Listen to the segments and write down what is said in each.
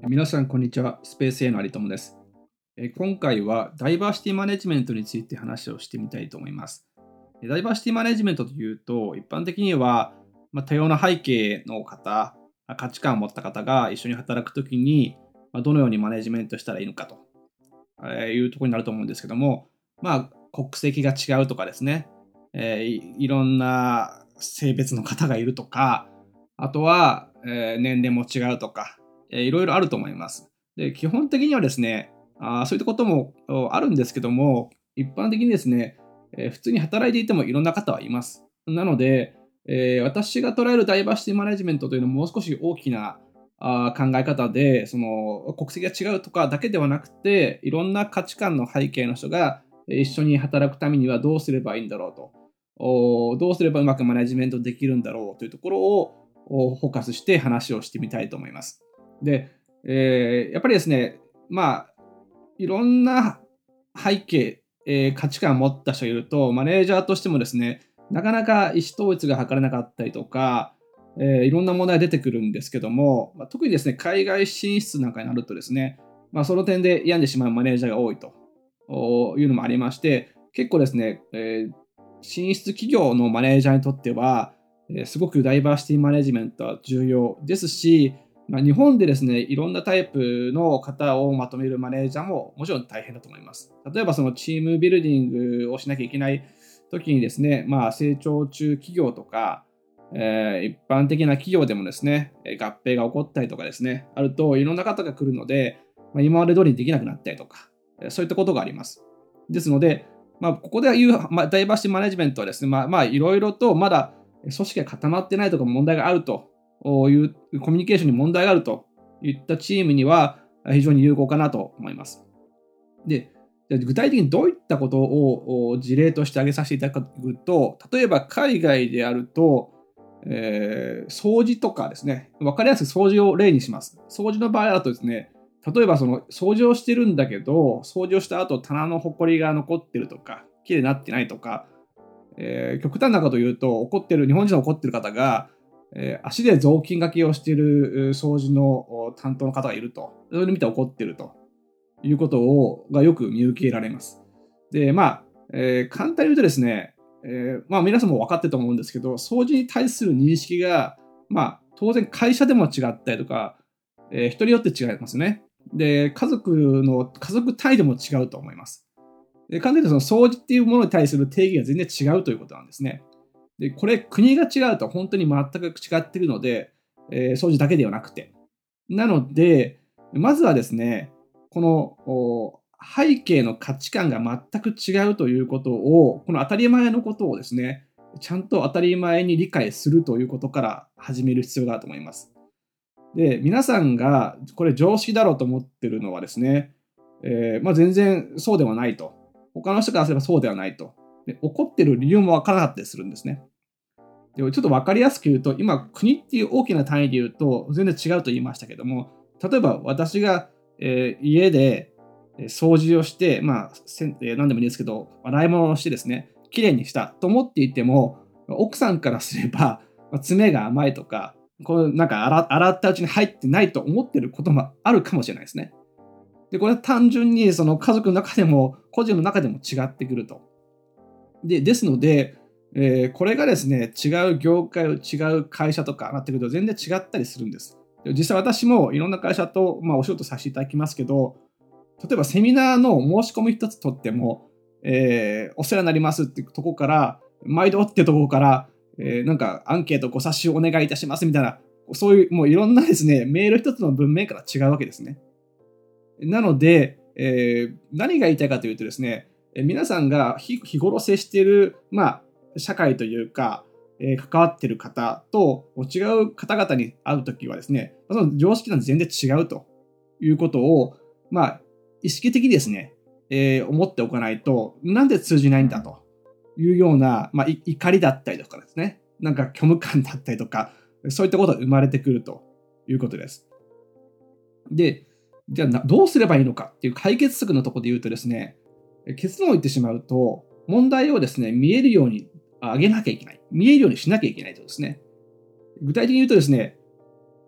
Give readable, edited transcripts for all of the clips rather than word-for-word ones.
皆さん、こんにちは。スペース A の有友です。今回はダイバーシティマネジメントについて話をしてみたいと思います。ダイバーシティマネジメントというと、一般的には、多様な背景の方、価値観を持った方が一緒に働くときに、どのようにマネジメントしたらいいのかというところになると思うんですけども、国籍が違うとかですね、いろんな性別の方がいるとか、あとは、年齢も違うとか、いろいろあると思います。で、基本的にはですね、そういったこともあるんですけども、一般的にですね、普通に働いていてもいろんな方はいます。なので、私が捉えるダイバーシティマネジメントというのはもう少し大きな考え方で、その国籍が違うとかだけではなくて、いろんな価値観の背景の人が一緒に働くためにはどうすればいいんだろうと、どうすればうまくマネジメントできるんだろうというところをフォーカスして話をしてみたいと思います。で、やっぱりですね、いろんな背景、価値観を持った人がいると、マネージャーとしてもですね、なかなか意思統一が図れなかったりとか、いろんな問題が出てくるんですけども、特にですね、海外進出なんかになるとですね、その点で病んでしまうマネージャーが多いというのもありまして、結構ですね、進出企業のマネージャーにとっては、すごくダイバーシティマネジメントは重要ですし、日本でですね、いろんなタイプの方をまとめるマネージャーももちろん大変だと思います。例えばそのチームビルディングをしなきゃいけない時にですね、成長中企業とか、一般的な企業でもですね、合併が起こったりとかですね、あるといろんな方が来るので、今まで通りにできなくなったりとか、そういったことがあります。ですので、ここで言う、ダイバーシティマネジメントはですね、いろいろとまだ組織が固まってないとか問題があるというコミュニケーションに問題があるといったチームには非常に有効かなと思います。で、具体的にどういったことを事例として挙げさせていただくと、例えば海外であると、掃除とかですね、分かりやすく掃除を例にします。掃除の場合だとですね、例えばその掃除をしてるんだけど、掃除をした後棚のほこりが残ってるとか、きれいになってないとか、極端なことを言うと、日本人の怒ってる方が、足で雑巾がけをしている掃除の担当の方がいると。それを見て怒ってるということがよく見受けられます。で、簡単に言うとですね、皆さんも分かってると思うんですけど、掃除に対する認識が、当然会社でも違ったりとか、人によって違いますね。で、家族単位でも違うと思います。で、簡単に言うとその掃除っていうものに対する定義が全然違うということなんですね。で、これ国が違うと本当に全く違っているので、掃除だけではなくて。なので、まずはですね、この背景の価値観が全く違うということを、この当たり前のことをですね、ちゃんと当たり前に理解するということから始める必要があると思います。で、皆さんがこれ常識だろうと思ってるのはですね、全然そうではないと。他の人からすればそうではないと。で、怒ってる理由もわからなかったりするんですね。でちょっと分かりやすく言うと、今、国っていう大きな単位で言うと、全然違うと言いましたけども、例えば私が、家で掃除をして、何でもいいですけど、洗い物をしてですね、きれいにしたと思っていても、奥さんからすれば、爪が甘いとか、なんか洗ったうちに入ってないと思ってることもあるかもしれないですね。で、これは単純にその家族の中でも、個人の中でも違ってくると。ですので、これがですね、違う業界、違う会社とかなってくると全然違ったりするんです。実際私もいろんな会社と、お仕事させていただきますけど、例えばセミナーの申し込み一つ取っても、お世話になりますっていうところから、毎度っていうところから、なんかアンケートご冊子お願いいたしますみたいな、そういうもういろんなですね、メール一つの文面から違うわけですね。なので、何が言いたいかというとですね、皆さんが日頃接している、社会というか、関わっている方と違う方々に会うときはですね、その常識なんて全然違うということを、意識的にですね、思っておかないと、なんで通じないんだというような、怒りだったりとかですね、なんか虚無感だったりとか、そういったことが生まれてくるということです。で、じゃあどうすればいいのかっていう解決策のところで言うとですね、結論を言ってしまうと、問題をですね、見えるように上げなきゃいけない。見えるようにしなきゃいけないとですね。具体的に言うとですね、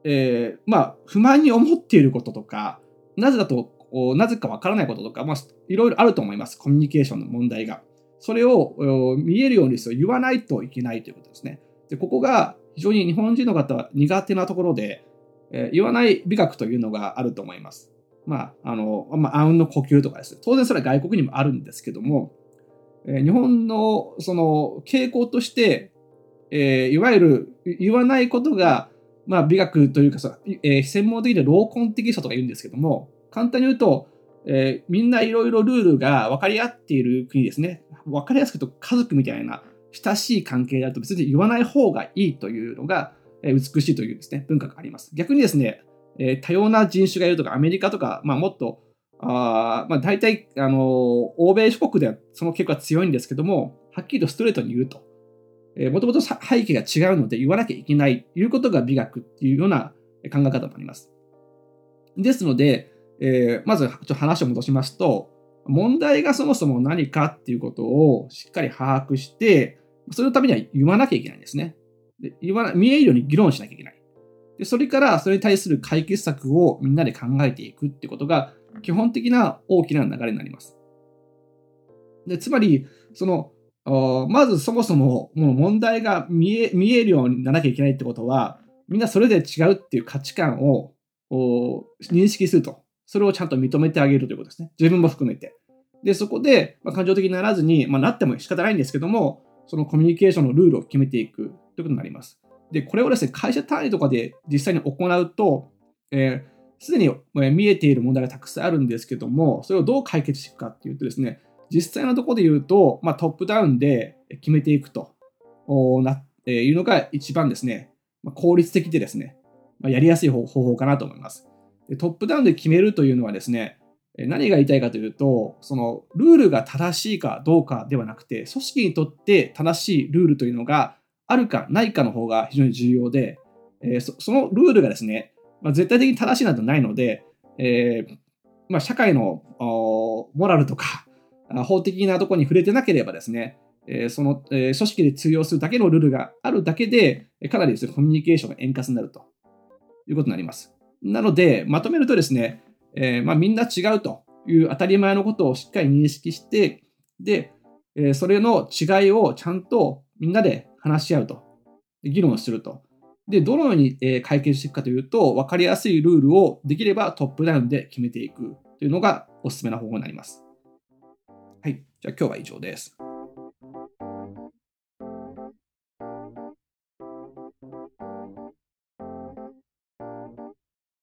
不満に思っていることとか、なぜかわからないこととか、いろいろあると思います。コミュニケーションの問題が。それを見えるように言わないといけないということですね。で、ここが非常に日本人の方は苦手なところで、言わない美学というのがあると思います。あうんの呼吸とかですね。当然それは外国にもあるんですけども、日本のその傾向として、いわゆる言わないことが、美学というか専門的で老根的書とか言うんですけども、簡単に言うと、みんないろいろルールが分かり合っている国ですね。分かりやすく言うと家族みたいな親しい関係だと別に言わない方がいいというのが美しいというですね、文化があります。逆にですね、多様な人種がいるとか、アメリカとか、もっと、大体、欧米諸国ではその傾向が強いんですけども、はっきりとストレートに言うと。もともと背景が違うので言わなきゃいけないということが美学っていうような考え方もあります。ですので、まずちょっと話を戻しますと、問題がそもそも何かっていうことをしっかり把握して、それのためには言わなきゃいけないんですね。で見えるように議論しなきゃいけない。でそれからそれに対する解決策をみんなで考えていくってことが基本的な大きな流れになります。でつまり、まずそもそももう問題が見えるようにならなきゃいけないってことは、みんなそれぞれ違うっていう価値観を認識すると。それをちゃんと認めてあげるということですね。自分も含めて。で、そこで、感情的にならずに、なっても仕方ないんですけども、そのコミュニケーションのルールを決めていくということになります。で、これをですね、会社単位とかで実際に行うと、すでに見えている問題がたくさんあるんですけども、それをどう解決していくかっていうとですね、実際のところで言うと、トップダウンで決めていくというのが一番ですね、効率的でですね、やりやすい方法かなと思います。でトップダウンで決めるというのはですね、何が言いたいかというと、そのルールが正しいかどうかではなくて、組織にとって正しいルールというのがあるかないかの方が非常に重要で、そのルールがですね、絶対的に正しいなんてないので、社会のモラルとか法的なところに触れてなければですね、その組織で通用するだけのルールがあるだけで、かなりですね、コミュニケーションが円滑になるということになります。なので、まとめるとですね、みんな違うという当たり前のことをしっかり認識して、で、それの違いをちゃんとみんなで話し合うと、議論すると。で、どのように解決していくかというと、分かりやすいルールをできればトップダウンで決めていくというのがおすすめな方法になります。はい、じゃあ今日は以上です。